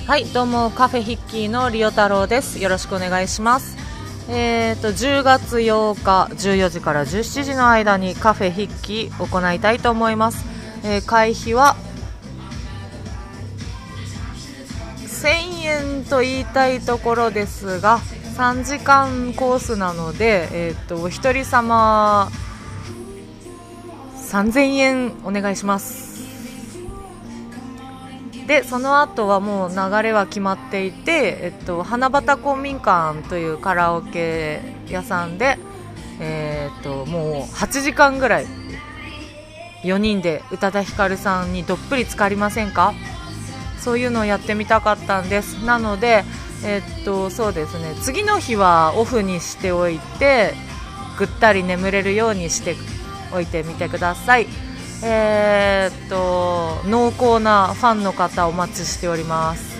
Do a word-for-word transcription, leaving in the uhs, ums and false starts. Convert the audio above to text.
はい、どうもカフェヒッキーのリオ太郎です。よろしくお願いします。えーとじゅうがつようかじゅうよじからじゅうしちじの間にカフェヒッキー行いたいと思います。えー、会費はせんえんと言いたいところですが、さんじかんコースなので、えーとお一人様さんぜんえんお願いします。でその後はもう流れは決まっていて、えっと、花畑公民館というカラオケ屋さんで、えー、っともうはちじかんぐらいよにんで宇多田ヒカルさんにどっぷり浸かりませんか？そういうのをやってみたかったんです。なので、えー、っとそうですね、次の日はオフにしておいてぐったり眠れるようにしておいてみてください。えー、っと濃厚なファンの方お待ちしております。